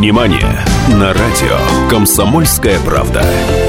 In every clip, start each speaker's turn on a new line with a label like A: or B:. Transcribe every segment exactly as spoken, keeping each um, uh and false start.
A: Внимание! На радио «Комсомольская правда».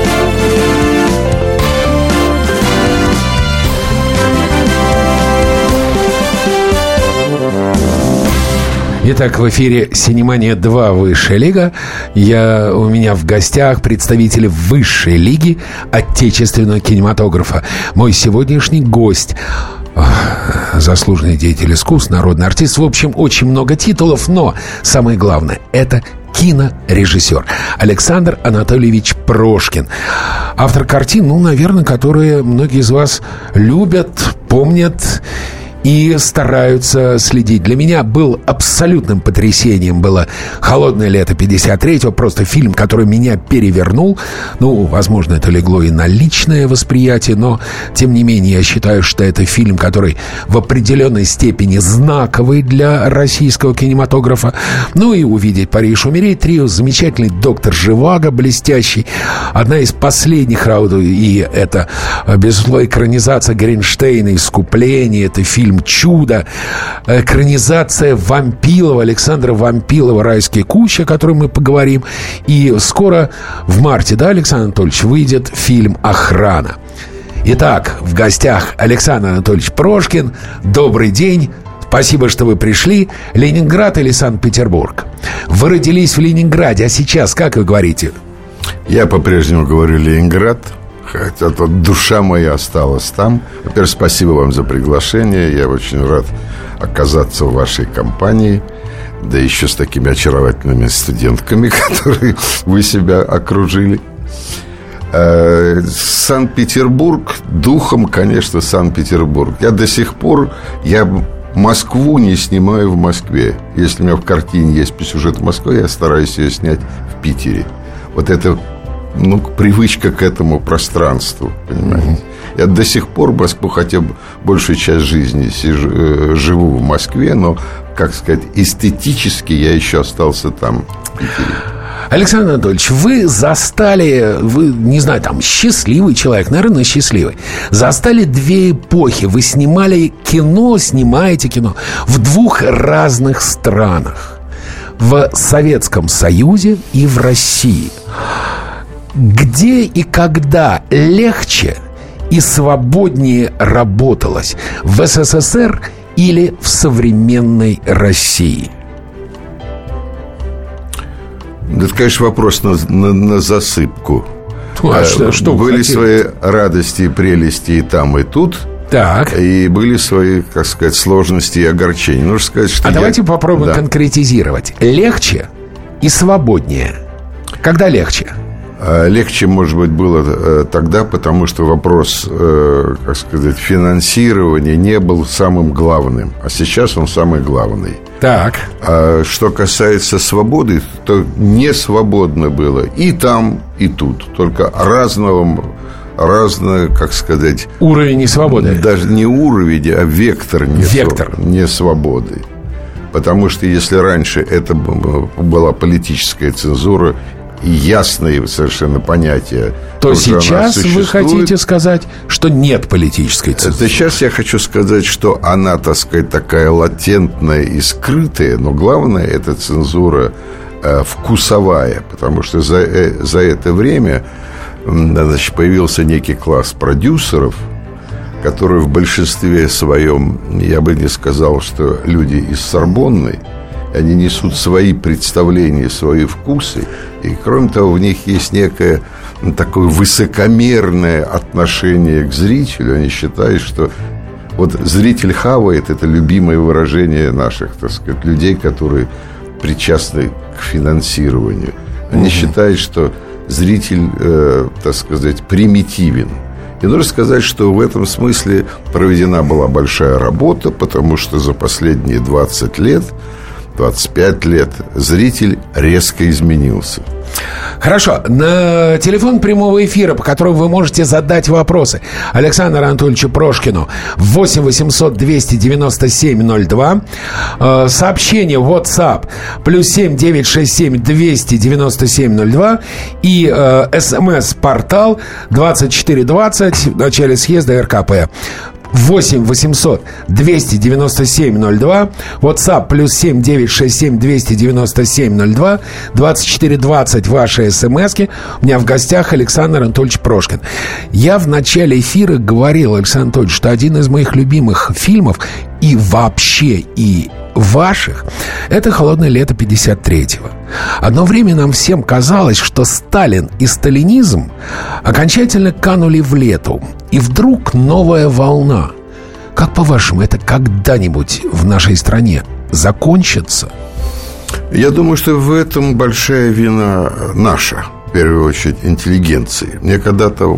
B: Итак, в эфире «Синемания два. Высшая лига». Я, у меня в гостях представители высшей лиги отечественного кинематографа. Мой сегодняшний гость — заслуженный деятель искусств, народный артист. В общем, очень много титулов, но самое главное — это кинорежиссер Александр Анатольевич Прошкин. Автор картин, ну, наверное, которые многие из вас любят, помнят и стараются следить. Для меня был абсолютным потрясением было «Холодное лето» пятьдесят третьего. Просто фильм, который меня перевернул. Ну, возможно, это легло и на личное восприятие, но, тем не менее, я считаю, что это фильм, который в определенной степени знаковый для российского кинематографа. Ну и «Увидеть Париж, умереть» трио. Замечательный доктор Живаго, блестящий. Одна из последних, и это, безусловно, экранизация Гринштейна «Искупление». Это фильм «Чудо», экранизация Вампилова, Александра Вампилова «Райские кущи», о котором мы поговорим. И скоро, в марте, да, Александр Анатольевич, выйдет фильм «Охрана». Итак, в гостях Александр Анатольевич Прошкин. Добрый день. Спасибо, что вы пришли. Ленинград или Санкт-Петербург? Вы родились в Ленинграде, а сейчас как вы говорите?
C: Я по-прежнему говорю Ленинград. Хотя тут душа моя осталась там. Во-первых, спасибо вам за приглашение. Я очень рад оказаться в вашей компании. Да еще с такими очаровательными студентками, которые вы себя окружили. Санкт-Петербург. Духом, конечно, Санкт-Петербург. Я до сих пор... Я Москву не снимаю в Москве. Если у меня в картине есть сюжет Москвы, я стараюсь ее снять в Питере. Вот это... Ну, привычка к этому пространству, понимаете. Mm-hmm. Я до сих пор в Москву, хотя бы большую часть жизни сижу, живу в Москве, но, как сказать, эстетически я еще остался там, в Питере.
B: Александр Анатольевич, вы застали, вы, не знаю, там, счастливый человек, наверное, счастливый. Застали две эпохи. Вы снимали кино, снимаете кино в двух разных странах. В Советском Союзе и в России. Где и когда легче и свободнее работалось? В СССР или в современной России?
C: Это, конечно, вопрос на, на, на засыпку.
B: А что, что
C: были свои радости и прелести и там, и тут.
B: Так.
C: И были свои, как сказать, сложности и огорчения. Нужно сказать, что
B: а
C: я...
B: давайте попробуем, да, конкретизировать. Легче и свободнее. Когда легче?
C: Легче, может быть, было тогда, потому что вопрос, как сказать, финансирования не был самым главным. А сейчас он самый главный.
B: Так.
C: А что касается свободы, то не свободно было и там, и тут. Только разного, разное, как сказать...
B: Уровень несвободы.
C: Даже не уровень, а вектор,
B: вектор.
C: несвободы. Потому что если раньше это была политическая цензура и ясные совершенно понятия,
B: то сейчас вы хотите сказать, что нет политической цензуры.
C: Сейчас я хочу сказать, что она, так сказать, такая латентная и скрытая, но главное, это цензура э, вкусовая, потому что за, э, за это время, значит, появился некий класс продюсеров, которые в большинстве своем, я бы не сказал, что люди из Сорбонны. Они несут свои представления, свои вкусы. И, кроме того, в них есть некое, ну, такое высокомерное отношение к зрителю. Они считают, что вот зритель хавает. Это любимое выражение наших, так сказать, людей, которые причастны к финансированию. Они mm-hmm. считают, что зритель, э, так сказать, примитивен. И нужно сказать, что в этом смысле проведена была большая работа, потому что за последние двадцать лет... двадцать пять лет зритель резко изменился.
B: Хорошо. На телефон прямого эфира, по которому вы можете задать вопросы Александру Анатольевичу Прошкину, восемь восемьсот двести девяносто семь ноль два. Сообщение в WhatsApp плюс семь девятьсот шестьдесят семь двести девяносто семь ноль два. И э, смс-портал двадцать четыре двадцать в начале съезда эр ка пэ. восемь восемьсот двести девяносто семь ноль два. WhatsApp плюс семь девятьсот шестьдесят семь двести девяносто семь ноль два. двадцать четыре двадцать ваши смски. У меня в гостях Александр Анатольевич Прошкин. Я в начале эфира говорил, Александр Анатольевич, что один из моих любимых фильмов и вообще, и ваших, это «Холодное лето» пятьдесят третьего. Одно время нам всем казалось, что Сталин и сталинизм окончательно канули в лету. И вдруг новая волна. Как, по-вашему, это когда-нибудь в нашей стране закончится?
C: Я думаю, что в этом большая вина наша, в первую очередь, интеллигенции. Мне когда-то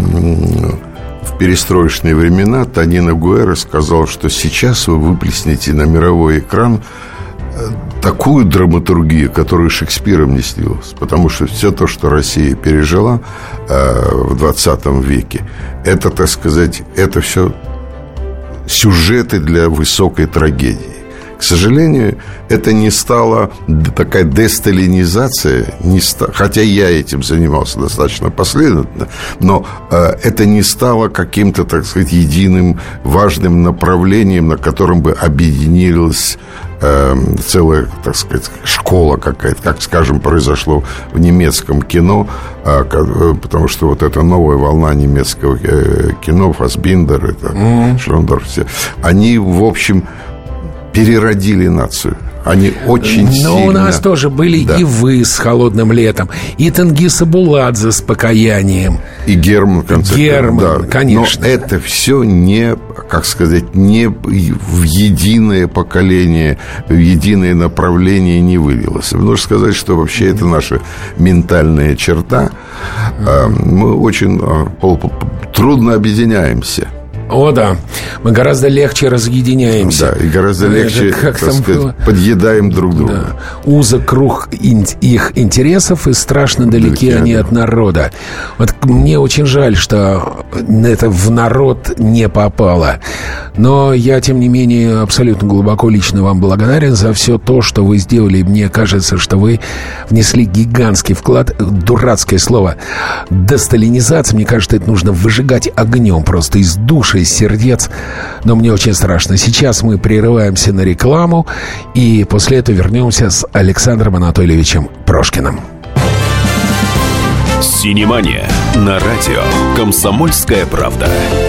C: в перестроечные времена Тонино Гуэра сказал, что сейчас вы выплеснете на мировой экран такую драматургию, которую Шекспиром не снилось. Потому что все то, что Россия пережила э, в двадцатом веке, это, так сказать, это все сюжеты для высокой трагедии. К сожалению, это не стало такая десталинизация, не ста... хотя я этим занимался достаточно последовательно, но э, это не стало каким-то, так сказать, единым важным направлением, на котором бы объединилась э, целая, так сказать, школа какая-то, как, скажем, произошло в немецком кино, э, потому что вот эта новая волна немецкого э, кино, Фассбиндер, это mm-hmm. Шлендорф, все, они, в общем, переродили нацию. Они очень
B: Но
C: сильно...
B: Но у нас тоже были да. и вы с «Холодным летом», и Тенгиз Абуладзе с «Покаянием».
C: И Герман, в конце концов.
B: Герман, да. конечно.
C: Но это все не, как сказать, не в единое поколение, в единое направление не вылилось. Нужно сказать, что вообще это наша ментальная черта. Мы очень трудно объединяемся.
B: О, да. Мы гораздо легче разъединяемся.
C: Да, и гораздо легче, как так сказать, было? подъедаем друг друга.
B: Да. Узок круг их интересов, и страшно далеки да, они да. от народа. Вот мне очень жаль, что это в народ не попало. Но я, тем не менее, абсолютно глубоко лично вам благодарен за все то, что вы сделали. Мне кажется, что вы внесли гигантский вклад. Дурацкое слово. Десталинизация, мне кажется, это нужно выжигать огнем просто из души, из сердец. Но мне очень страшно. Сейчас мы прерываемся на рекламу, и после этого вернемся с Александром Анатольевичем Прошкиным.
A: Синемания на радио «Комсомольская правда».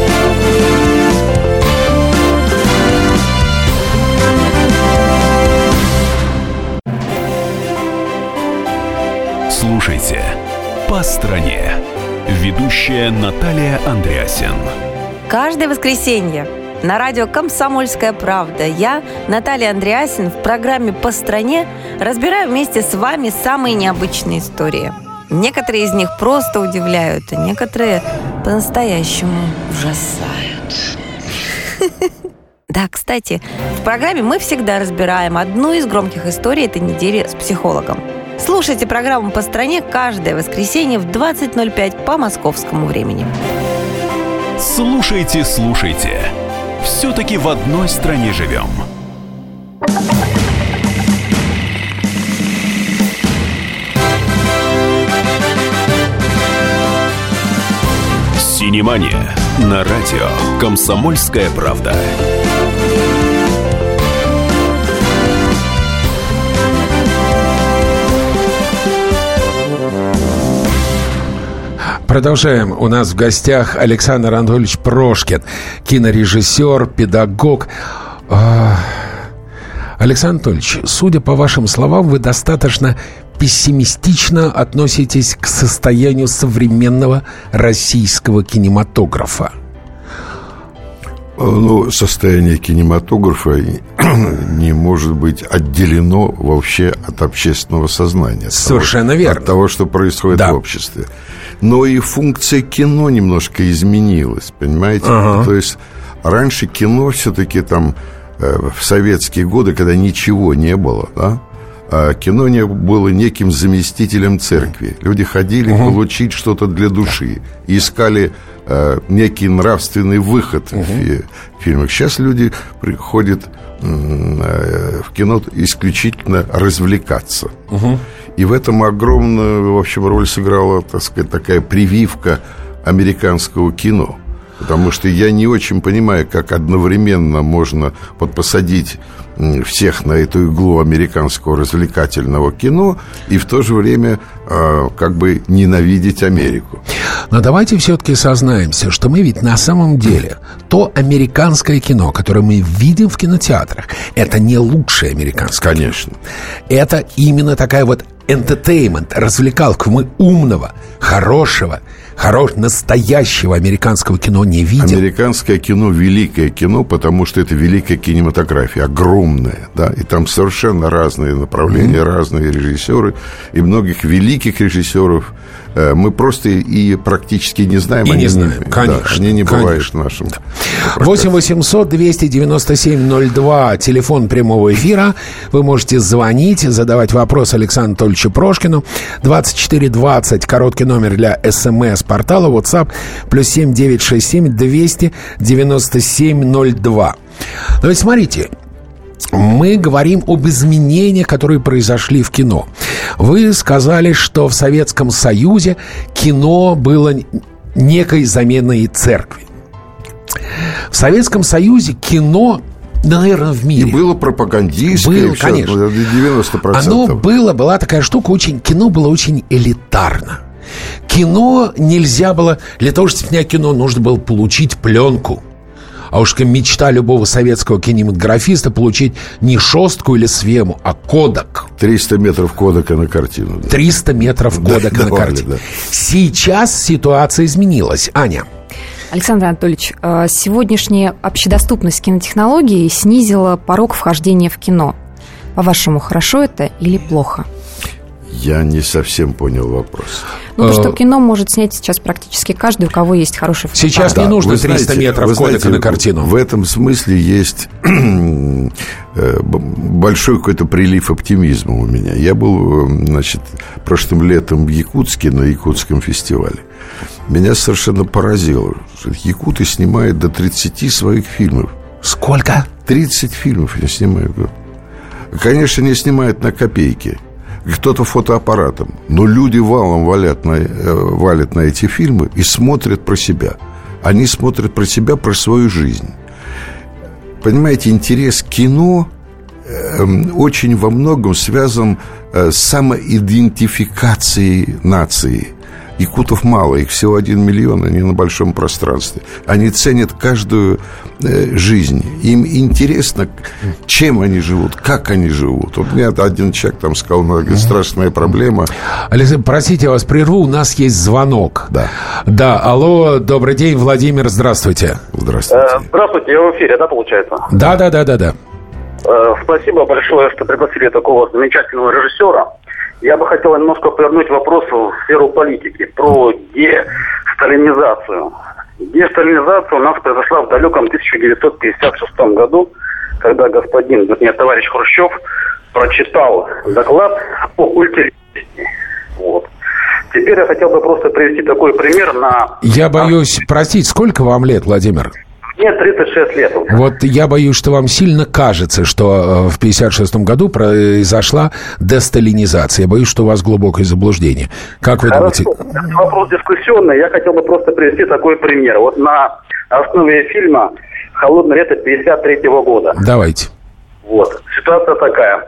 A: Слушайте «По стране». Ведущая Наталья Андреасен.
D: Каждое воскресенье на радио «Комсомольская правда» я, Наталья Андреасен, в программе «По стране» разбираю вместе с вами самые необычные истории. Некоторые из них просто удивляют, а некоторые по-настоящему ужасают. Да, кстати, в программе мы всегда разбираем одну из громких историй этой недели с психологом. Слушайте программу «По стране» каждое воскресенье в двадцать ноль пять по московскому времени.
A: Слушайте, слушайте. Все-таки в одной стране живем. Синемания на радио «Комсомольская правда».
B: Продолжаем. У нас в гостях Александр Анатольевич Прошкин, кинорежиссер, педагог. Александр Анатольевич, судя по вашим словам, вы достаточно пессимистично относитесь к состоянию современного российского кинематографа.
C: Ну, состояние кинематографа не может быть отделено вообще от общественного сознания.
B: Совершенно
C: от того,
B: верно.
C: От того, что происходит да. в обществе. Но и функция кино немножко изменилась, понимаете? Ага. То есть раньше кино все-таки там э, в советские годы, когда ничего не было, да, а кино не было неким заместителем церкви. Люди ходили угу. получить что-то для души, искали э, некий нравственный выход угу. в, в фильмах. Сейчас люди приходят э, в кино исключительно развлекаться. Угу. И в этом огромную, в общем, роль сыграла, так сказать, такая прививка американского кино. Потому что я не очень понимаю, как одновременно можно вот посадить всех на эту иглу американского развлекательного кино и в то же время э, как бы ненавидеть Америку.
B: Но давайте все-таки сознаемся, что мы ведь на самом деле то американское кино, которое мы видим в кинотеатрах, это не лучшее американское
C: Конечно.
B: кино. Это именно такая вот entertainment, развлекалка. Мы умного, хорошего, хорош, настоящего американского кино не видим.
C: Американское кино – великое кино, потому что это великая кинематография, огромная, да, и там совершенно разные направления, mm-hmm. разные режиссеры, и многих великих режиссеров э, мы просто и практически не знаем.
B: И
C: они
B: не знаем,
C: не,
B: конечно.
C: Да, они не
B: конечно.
C: бывают в нашем.
B: восемь восемьсот двести девяносто семь ноль два, телефон прямого эфира. Вы можете звонить, задавать вопрос Александру Анатольевичу Прошкину. двадцать четыре двадцать, короткий номер для СМС-портала, WhatsApp, плюс семь девять шесть семь двести девяносто семь ноль два. Но ведь смотрите, мы говорим об изменениях, которые произошли в кино. Вы сказали, что в Советском Союзе кино было некой заменой церкви. В Советском Союзе кино, наверное, в мире.
C: И было пропагандистское.
B: Было, конечно.
C: девяносто процентов.
B: Оно было, была такая штука, очень, кино было очень элитарно. Кино нельзя было... Для того, чтобы снять кино, нужно было получить пленку. А уж мечта любого советского кинематографиста получить не шостку или свему, а кодек.
C: триста метров кодека на картину. Да.
B: триста метров кодека
C: да,
B: на картину. Да. Сейчас ситуация изменилась. Аня.
E: Александр Анатольевич, сегодняшняя общедоступность кинотехнологий снизила порог вхождения в кино. По-вашему, хорошо это или плохо?
C: Я не совсем понял вопрос.
E: Ну, потому что кино может снять сейчас практически каждый, у кого есть хороший фотоаппарат.
B: Сейчас не
C: да,
B: нужно триста
C: знаете,
B: метров кодека
C: знаете,
B: на картину.
C: В этом смысле есть большой какой-то прилив оптимизма у меня. Я был, значит, прошлым летом в Якутске на Якутском фестивале. Меня совершенно поразило, что якуты снимают до тридцати своих фильмов.
B: Сколько?
C: тридцать фильмов они снимают. Конечно, не снимают на копейки. Кто-то фотоаппаратом. Но люди валом валят на, валят на эти фильмы и смотрят про себя. Они смотрят про себя, про свою жизнь. Понимаете, интерес к кино э, очень во многом связан э, с самоидентификацией нации. Якутов мало, их всего один миллион, они на большом пространстве. Они ценят каждую э, жизнь. Им интересно, чем они живут, как они живут. Вот мне один человек там сказал, говорит, страшная проблема.
B: Александр, простите, я вас прерву, у нас есть звонок.
C: Да.
B: Да, алло, добрый день, Владимир, здравствуйте.
C: Здравствуйте.
F: Здравствуйте, я в эфире, да, получается?
B: Да, да, да, да, да.
F: Спасибо большое, что пригласили такого замечательного режиссера. Я бы хотел немножко повернуть вопрос в сферу политики, про десталинизацию. Десталинизация у нас произошла в далеком тысяча девятьсот пятьдесят шестом году, когда господин, нет, товарищ Хрущев прочитал доклад о культе личности. Вот. Теперь я хотел бы просто привести такой пример на...
B: Я боюсь, простите, сколько вам лет, Владимир?
F: Мне тридцать шесть лет.
B: Вот я боюсь, что вам сильно кажется, что в пятьдесят шестом году произошла десталинизация. Я боюсь, что у вас глубокое заблуждение. Как вы
F: Хорошо.
B: думаете?
F: Это вопрос дискуссионный. Я хотел бы просто привести такой пример. Вот на основе фильма «Холодное лето» пятьдесят третьего года.
B: Давайте.
F: Вот. Ситуация такая.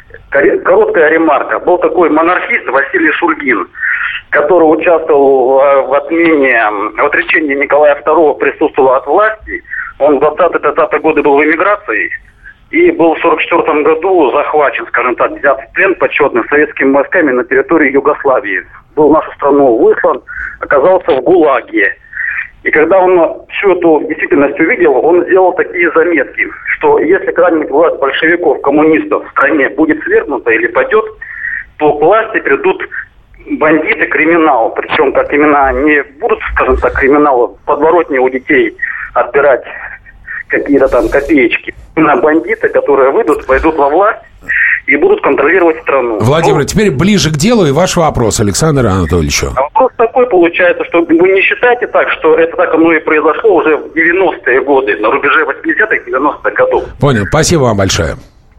F: Короткая ремарка. Был такой монархист Василий Шульгин, который участвовал в отмене, в отречении Николая второго, присутствовал от власти. Он в двадцатые-тридцатые годы был в эмиграции и был в сорок четвёртом году захвачен, скажем так, взят в плен почетно советскими войсками на территории Югославии. Был в нашу страну выслан, оказался в ГУЛАГе. И когда он всю эту действительность увидел, он сделал такие заметки, что если когда-нибудь власть большевиков, коммунистов в стране будет свергнута или падет, то к власти придут бандиты, криминал. Причем, как именно, не будут, скажем так, криминалы подворотни у детей отбирать какие-то там копеечки. Именно бандиты, которые выйдут, войдут во власть и будут контролировать страну.
B: Владимир,
F: ну,
B: теперь ближе к делу и ваш вопрос, Александр Анатольевич.
F: А вопрос такой получается, что вы не считаете так, что это так оно и произошло уже в девяностые годы, на рубеже восьмидесятых-девяностых годов?
B: Понял, спасибо вам большое.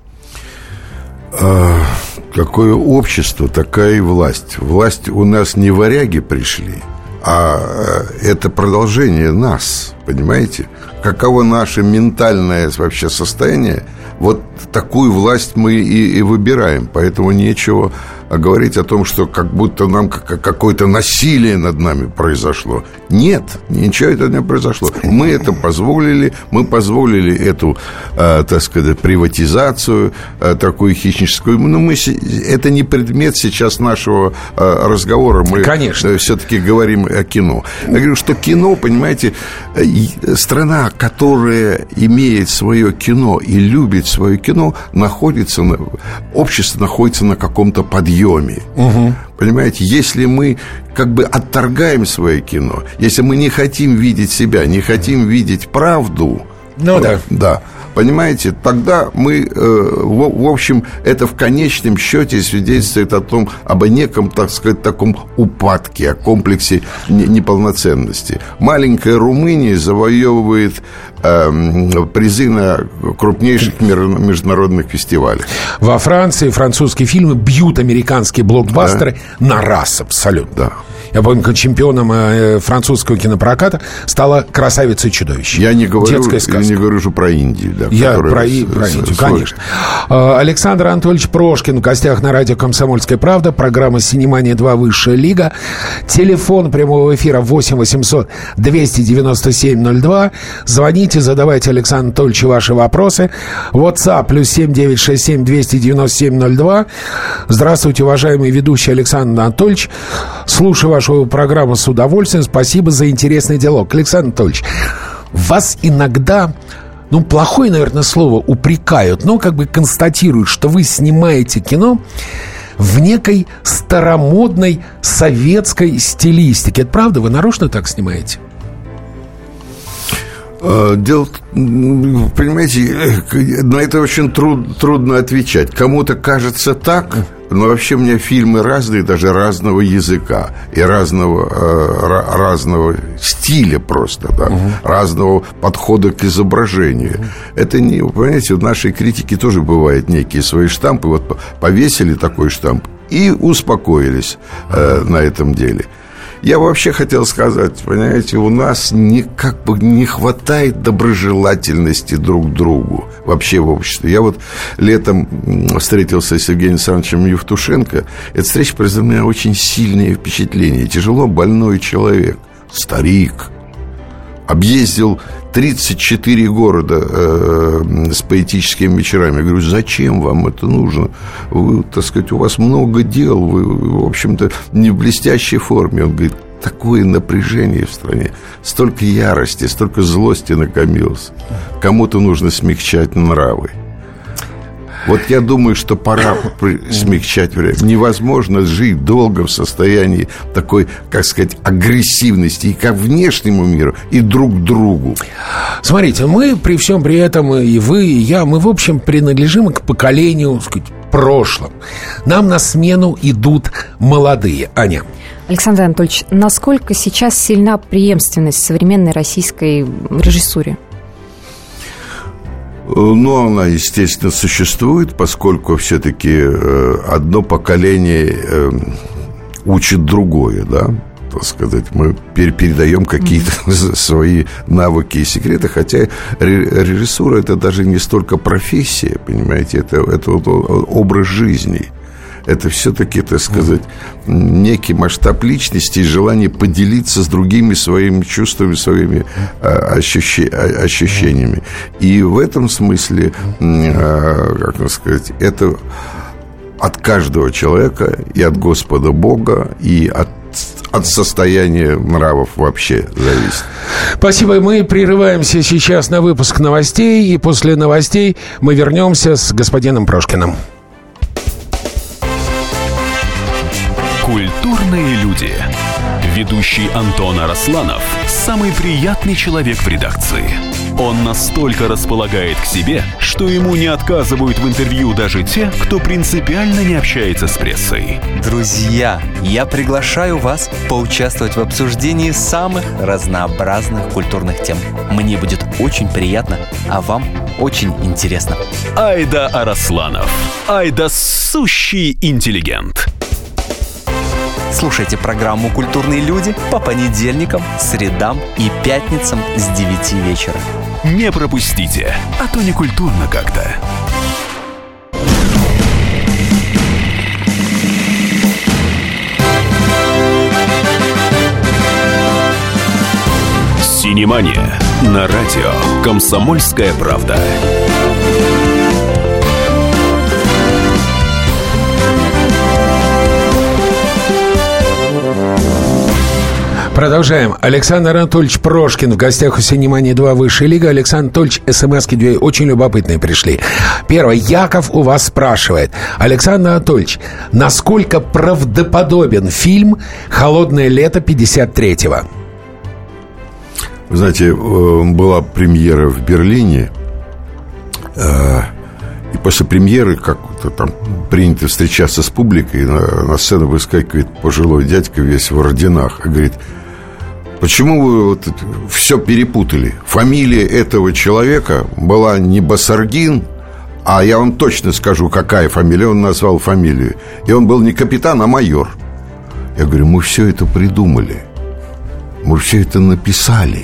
C: А, какое общество, такая и власть. Власть у нас не варяги пришли, а это продолжение нас. понимаете? Каково наше ментальное вообще состояние, вот такую власть мы и, и выбираем. Поэтому нечего говорить о том, что как будто нам какое-то насилие над нами произошло. Нет, ничего этого не произошло. Мы это позволили, мы позволили эту, э, так сказать, приватизацию, э, такую хищническую. Но мы, это не предмет сейчас нашего э, разговора. Мы
B: Конечно.
C: все-таки говорим о кино. Я говорю, что кино, понимаете, страна, которая имеет свое кино и любит свое кино, находится, на, общество находится на каком-то подъеме. Угу. Понимаете, если мы как бы отторгаем свое кино, если мы не хотим видеть себя, не хотим видеть правду,
B: ну, да.
C: да, понимаете, тогда мы, э, в, в общем, это в конечном счете свидетельствует о том, об неком, так сказать, таком упадке, о комплексе неполноценности. Маленькая Румыния завоевывает э, призы на крупнейших международных фестивалях.
B: Во Франции французские фильмы бьют американские блокбастеры, да, на раз абсолютно.
C: Да.
B: Я помню, как чемпионом французского кинопроката стала «Красавица и чудовище».
C: Я не говорю,
B: детская сказка.
C: Я не говорю же про Индию. Да,
B: я про, и, про Индию, конечно. Александр Анатольевич Прошкин в гостях на радио «Комсомольская правда». Программа «Синемания два. Высшая лига». Телефон прямого эфира восемь восемьсот двести девяносто семь ноль два. Звоните, задавайте Александру Анатольевичу ваши вопросы. WhatsApp плюс семь девять шесть семь двести девяносто семь ноль два. Здравствуйте, уважаемый ведущий Александр Анатольевич. Слушаю вашу программу с удовольствием. Спасибо за интересный диалог. Александр Анатольевич, вас иногда, ну, плохое, наверное, слово, упрекают, но как бы констатируют, что вы снимаете кино в некой старомодной советской стилистике. Это правда? Вы нарочно так снимаете?
C: Дело, понимаете, на это очень труд, трудно отвечать. Кому-то кажется так, но вообще у меня фильмы разные, даже разного языка и разного, разного стиля просто, да, угу. разного подхода к изображению. Это не, понимаете, в нашей критике тоже бывают некие свои штампы. Вот повесили такой штамп и успокоились э, на этом деле. Я вообще хотел сказать, понимаете, у нас не, как бы не хватает доброжелательности друг к другу вообще в обществе. Я вот летом встретился с Евгением Александровичем Евтушенко. Эта встреча произвела на меня очень сильное впечатление. Тяжело больной человек, старик, объездил тридцать четыре города э, с поэтическими вечерами. Я говорю, зачем вам это нужно? Вы, так сказать, у вас много дел, вы, в общем-то, не в блестящей форме. Он говорит, такое напряжение в стране, столько ярости, столько злости накопилось. Кому-то нужно смягчать нравы. Вот я думаю, что пора смягчать время. Невозможно жить долго в состоянии такой, как сказать, агрессивности и к внешнему миру, и друг к другу.
B: Смотрите, мы при всем при этом, и вы, и я, мы, в общем, принадлежим к поколению, так сказать, прошлым. Нам на смену идут молодые. Аня.
E: Александр Анатольевич, насколько сейчас сильна преемственность в современной российской режиссуре?
C: Ну, она, естественно, существует, поскольку все-таки одно поколение учит другое, да, так сказать. Мы передаем какие-то mm-hmm. свои навыки и секреты, хотя режиссура – это даже не столько профессия, понимаете, это, это образ жизни. Это все-таки, так сказать, некий масштаб личности и желание поделиться с другими своими чувствами, своими ощущи- ощущениями. И в этом смысле, как сказать, это от каждого человека и от Господа Бога, и от от состояния нравов вообще зависит.
B: Спасибо. Мы прерываемся сейчас на выпуск новостей, и после новостей мы вернемся с господином Прошкиным.
A: Культурные люди. Ведущий Антон Арасланов – самый приятный человек в редакции. Он настолько располагает к себе, что ему не отказывают в интервью даже те, кто принципиально не общается с прессой.
G: Друзья, я приглашаю вас поучаствовать в обсуждении самых разнообразных культурных тем. Мне будет очень приятно, а вам очень интересно.
A: Айда Арасланов. Айда сущий интеллигент.
G: Слушайте программу «Культурные люди» по понедельникам, средам и пятницам с девяти вечера.
A: Не пропустите, а то не культурно как-то. Синемания на радио «Комсомольская правда».
B: Продолжаем. Александр Анатольевич Прошкин в гостях у «Синемании два. Высшая лига». Александр Анатольевич, смс-ки две очень любопытные пришли. Первое. Яков у вас спрашивает. Александр Анатольевич, насколько правдоподобен фильм «Холодное лето» пятьдесят третьего?
C: Вы знаете, была премьера в Берлине, и после премьеры, как-то там принято встречаться с публикой, на, на сцену выскакивает пожилой дядька весь в орденах и говорит: почему вы вот все перепутали? Фамилия этого человека была не Басаргин, а я вам точно скажу, какая фамилия. Он назвал фамилию. И он был не капитан, а майор. Я говорю: мы все это придумали. Мы все это написали.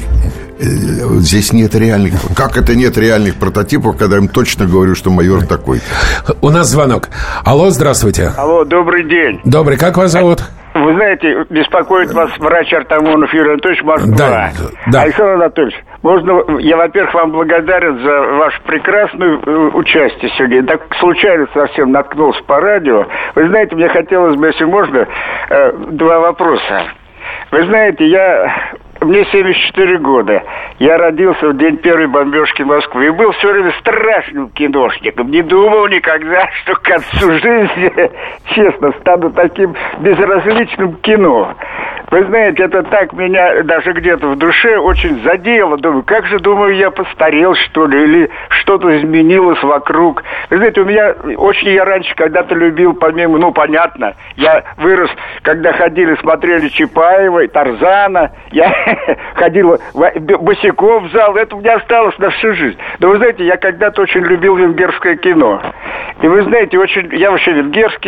C: Здесь нет реальных... Как это нет реальных прототипов, когда я им точно говорю, что майор такой?
B: У нас звонок. Алло, здравствуйте.
H: Алло, добрый день.
B: Добрый, как вас зовут?
H: Вы знаете, беспокоит вас врач Артамонов Юрий Анатольевич, Москва.
B: Да, да.
H: Александр Анатольевич, можно, я, во-первых, вам благодарен за ваше прекрасное участие сегодня. Так случайно совсем наткнулся по радио. Вы знаете, мне хотелось бы, если можно, два вопроса. Вы знаете, я... Мне семьдесят четыре года. Я родился в день первой бомбежки Москвы. И был все время страшным киношником. Не думал никогда, что к концу жизни, честно, стану таким безразличным кино. Вы знаете, это так меня даже где-то в душе очень задело. Думаю, как же, думаю, я постарел, что ли, или что-то изменилось вокруг. Вы знаете, у меня очень я раньше когда-то любил, помимо, ну, понятно, я вырос, когда ходили, смотрели Чапаева и Тарзана. Я ходил босиком в зал. Это у меня осталось на всю жизнь. Но вы знаете, я когда-то очень любил венгерское кино. И вы знаете, очень, я вообще венгерский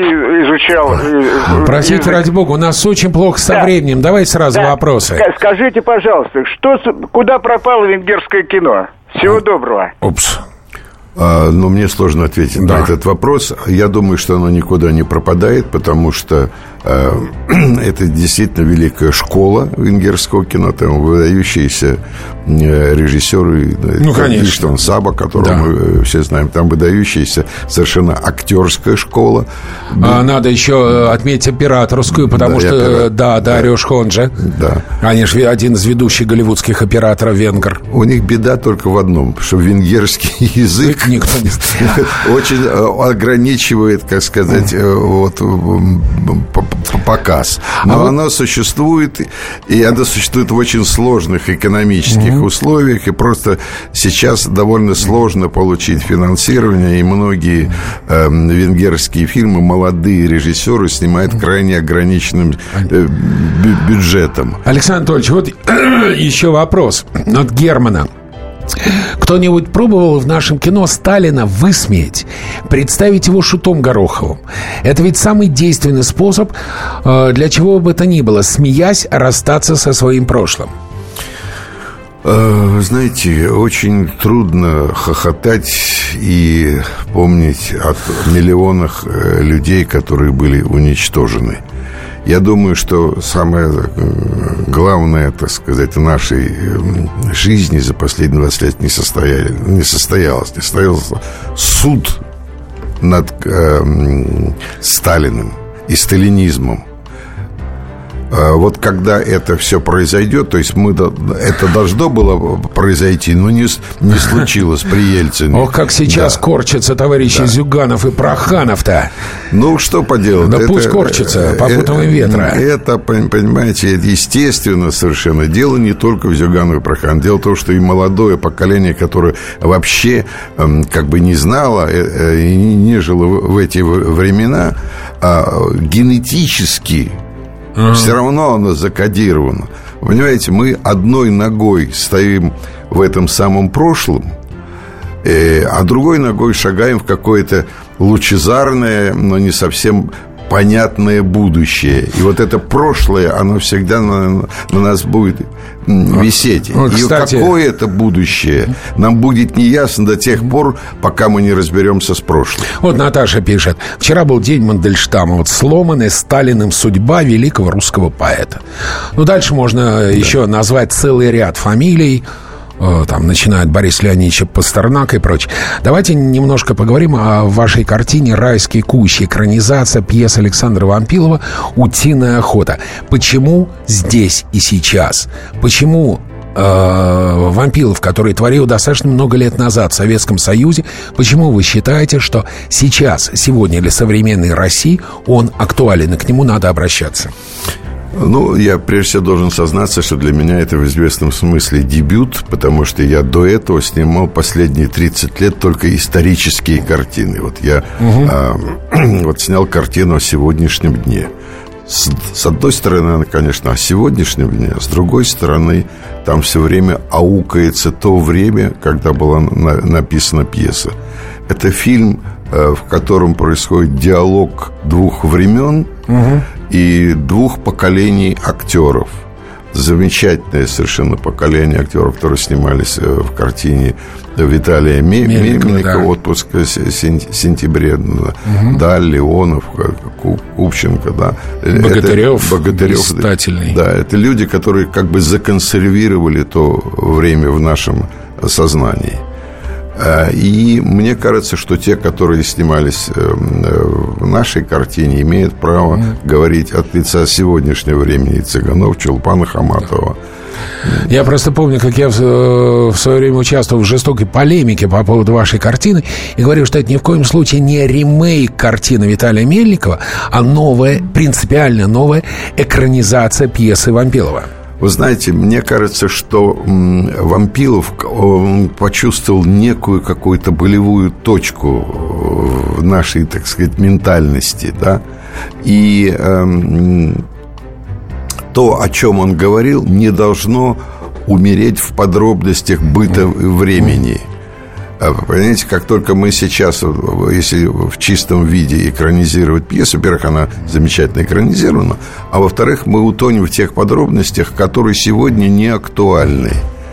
H: изучал.
B: Простите, ради бога, у нас очень плохо со да. временем. Давайте сразу да. вопросы.
H: Скажите, пожалуйста, что, куда пропало венгерское кино? Всего доброго.
B: Упс.
C: А, но мне сложно ответить да. на этот вопрос. Я думаю, что оно никуда не пропадает, потому что э, это действительно великая школа венгерского кино. Там выдающиеся э, режиссеры.
B: Ну, конечно.
C: Иштван Саба, которого да. мы все знаем. Там выдающаяся совершенно актерская школа.
B: А, надо еще отметить операторскую, потому да, что, опера... да, Дарио Шхонджа.
C: Да.
B: Они же один из ведущих голливудских операторов венгр.
C: У них беда только в одном, что венгерский язык
B: никто не знает.
C: Очень ограничивает, как сказать, вот, показ. Но а оно вот... существует, и оно существует в очень сложных экономических mm-hmm. условиях, и просто сейчас довольно сложно получить финансирование, и многие э, венгерские фильмы молодые режиссеры снимают крайне ограниченным э, бю- бюджетом.
B: Александр Анатольевич, вот еще вопрос от Германа. Кто-нибудь пробовал в нашем кино Сталина высмеять, представить его Шутом Гороховым? Это ведь самый действенный способ э, для чего бы то ни было, смеясь, расстаться со своим прошлым.
C: Знаете, очень трудно хохотать и помнить о миллионах людей, которые были уничтожены. Я думаю, что самое главное, так сказать, в нашей жизни за последние двадцать лет не, состояли, не состоялось. Не состоялся суд над э, Сталиным и сталинизмом. Вот когда это все произойдет, то есть мы, это должно было произойти, но не, не случилось при Ельцине.
B: Ох, как сейчас да. корчатся товарищи да. Зюганов и Проханов-то.
C: Ну, что поделать.
B: Да
C: это,
B: пусть корчатся попутным ветра.
C: Это, понимаете, естественно совершенно. Дело не только в Зюганове и Проханове. Дело в том, что и молодое поколение, которое вообще как бы не знало и не жило в эти времена, генетически Uh-huh. все равно оно закодировано. Понимаете, мы одной ногой стоим в этом самом прошлом, э, а другой ногой шагаем в какое-то лучезарное, но не совсем понятное будущее. И вот это прошлое, оно всегда на, на нас будет висеть. Вот, и кстати... какое это будущее, нам будет неясно до тех пор, пока мы не разберемся с прошлым.
B: Вот Наташа пишет: вчера был день Мандельштама, вот сломанная Сталиным судьба великого русского поэта. Ну, дальше можно да. еще назвать целый ряд фамилий. Там начинают Борис Леонидович Пастернак и прочее. Давайте немножко поговорим о вашей картине «Райский кущ», экранизация пьесы Александра Вампилова «Утиная охота». Почему здесь и сейчас? Почему э, Вампилов, который творил достаточно много лет назад в Советском Союзе, почему вы считаете, что сейчас, сегодня для современной России он актуален, и к нему надо обращаться?
C: Ну, я прежде всего должен сознаться, что для меня это в известном смысле дебют, потому что я до этого снимал последние тридцать лет только исторические картины. Вот я угу. а, вот снял картину о сегодняшнем дне. С, с одной стороны, она, конечно, о сегодняшнем дне, а с другой стороны, там все время аукается то время, когда была на, написана пьеса. Это фильм, в котором происходит диалог двух времен угу. и двух поколений актеров. Замечательное совершенно поколение актеров, которые снимались в картине Виталия Мельникова, да. «Отпуск в сентябре». Угу. Да, Леонов, Купченко, да.
B: Богатырев,
C: это, Богатырев
B: блистательный.
C: Да, это люди, которые как бы законсервировали то время в нашем сознании. И мне кажется, что те, которые снимались в нашей картине, имеют право mm. говорить от лица сегодняшнего времени: Цыганов, Чулпана, Хаматова.
B: Я просто помню, как я в, в свое время участвовал в жестокой полемике по поводу вашей картины и говорил, что это ни в коем случае не ремейк картины Виталия Мельникова, а новая, принципиально новая экранизация пьесы Вампилова.
C: Вы знаете, мне кажется, что Вампилов, он почувствовал некую какую-то болевую точку в нашей, так сказать, ментальности, да, и эм, то, о чем он говорил, не должно умереть в подробностях быта времени. Понимаете, как только мы сейчас, если в чистом виде экранизировать пьесу, во-первых, она замечательно экранизирована, а во-вторых, мы утонем в тех подробностях, которые сегодня не актуальны.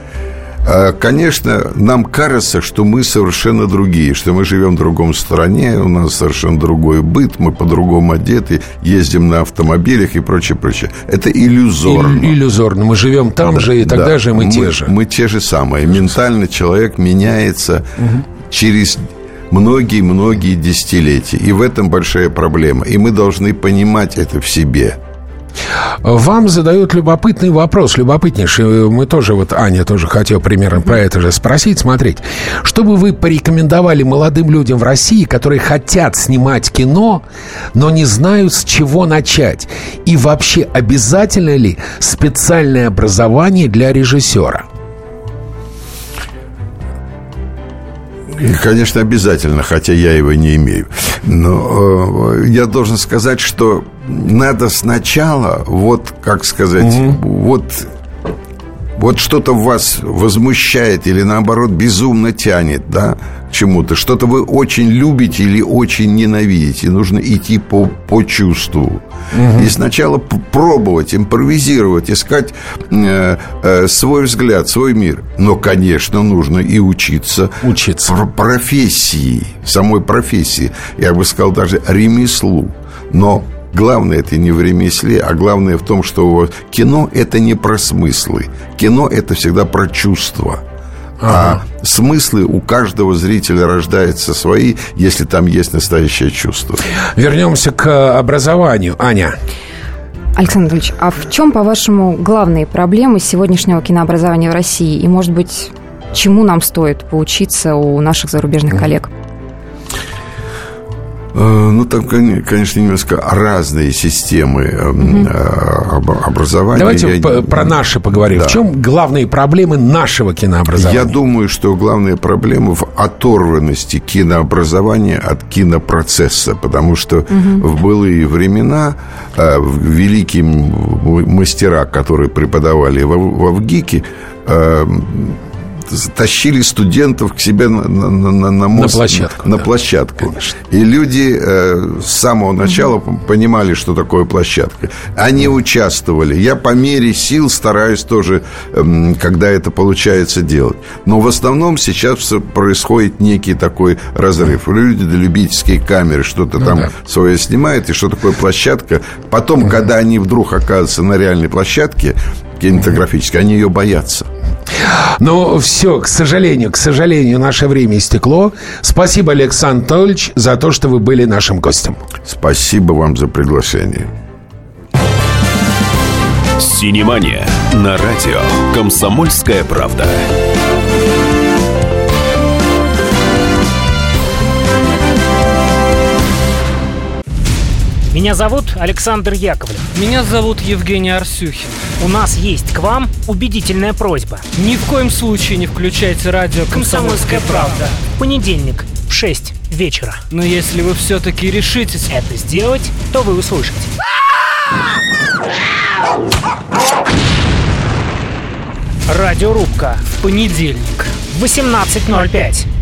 C: Конечно, нам кажется, что мы совершенно другие, что мы живем в другом стране, у нас совершенно другой быт, мы по-другому одеты, ездим на автомобилях и прочее, прочее. Это иллюзорно.
B: Ил- иллюзорно. Мы живем там да, же, и тогда да. же мы, мы те же.
C: Мы те же самые. Ментально человек меняется угу. через многие-многие десятилетия. И в этом большая проблема. И мы должны понимать это в себе.
B: Вам задают любопытный вопрос, любопытнейший. Мы тоже, вот Аня тоже хотела примерно про это же спросить. Смотрите, что бы вы порекомендовали молодым людям в России, которые хотят снимать кино, но не знают, с чего начать? И вообще, обязательно ли специальное образование для режиссера?
C: Конечно, обязательно, хотя я его не имею. Но э, я должен сказать, что надо сначала, вот, как сказать, угу. вот, вот что-то вас возмущает или, наоборот, безумно тянет, да, к чему-то. Что-то вы очень любите или очень ненавидите. Нужно идти по, по чувству. Угу. И сначала пробовать, импровизировать, искать э, э, свой взгляд, свой мир. Но, конечно, нужно и учиться,
B: учиться.
C: Пр- профессии, самой профессии. Я бы сказал, даже ремеслу. Но главное это не в ремесле, а главное в том, что кино – это не про смыслы. Кино – это всегда про чувства. Ага. А смыслы у каждого зрителя рождаются свои, если там есть настоящее чувство.
B: Вернемся к образованию. Аня.
E: Александр Ильич, а в чем, по-вашему, главные проблемы сегодняшнего кинообразования в России? И, может быть, чему нам стоит поучиться у наших зарубежных коллег?
C: Ну, там, конечно, немножко разные системы угу. образования.
B: Давайте
C: Я...
B: по- про наши поговорим. Да. В чем главные проблемы нашего кинообразования?
C: Я думаю, что главная проблема в оторванности кинообразования от кинопроцесса, потому что угу. в былые времена великие мастера, которые преподавали во ВГИКе, тащили студентов к себе на, на, на, на мост,
B: на площадку.
C: На
B: да.
C: площадку.
B: Конечно.
C: И люди э, с самого начала угу. понимали, что такое площадка. Они угу. участвовали. Я по мере сил стараюсь тоже, э, когда это получается, делать. Но в основном сейчас происходит некий такой разрыв. Люди, любительские камеры, что-то ну, там да. свое снимают, и что такое площадка. Потом, угу. когда они вдруг оказываются на реальной площадке кинематографической, они ее боятся.
B: Ну, все, к сожалению, к сожалению, наше время истекло. Спасибо, Александр Анатольевич, за то, что вы были нашим гостем.
C: Спасибо вам за приглашение.
A: Синемания на радио «Комсомольская правда».
I: Меня зовут Александр Яковлев.
J: Меня зовут Евгений Арсюхин.
I: У нас есть к вам убедительная просьба.
J: Ни в коем случае не включайте радио «Комсомольская правда».
I: В понедельник в шесть вечера.
J: Но если вы все-таки решитесь
I: это сделать, то вы услышите. Радиорубка.
J: В понедельник
I: в восемнадцать ноль пять.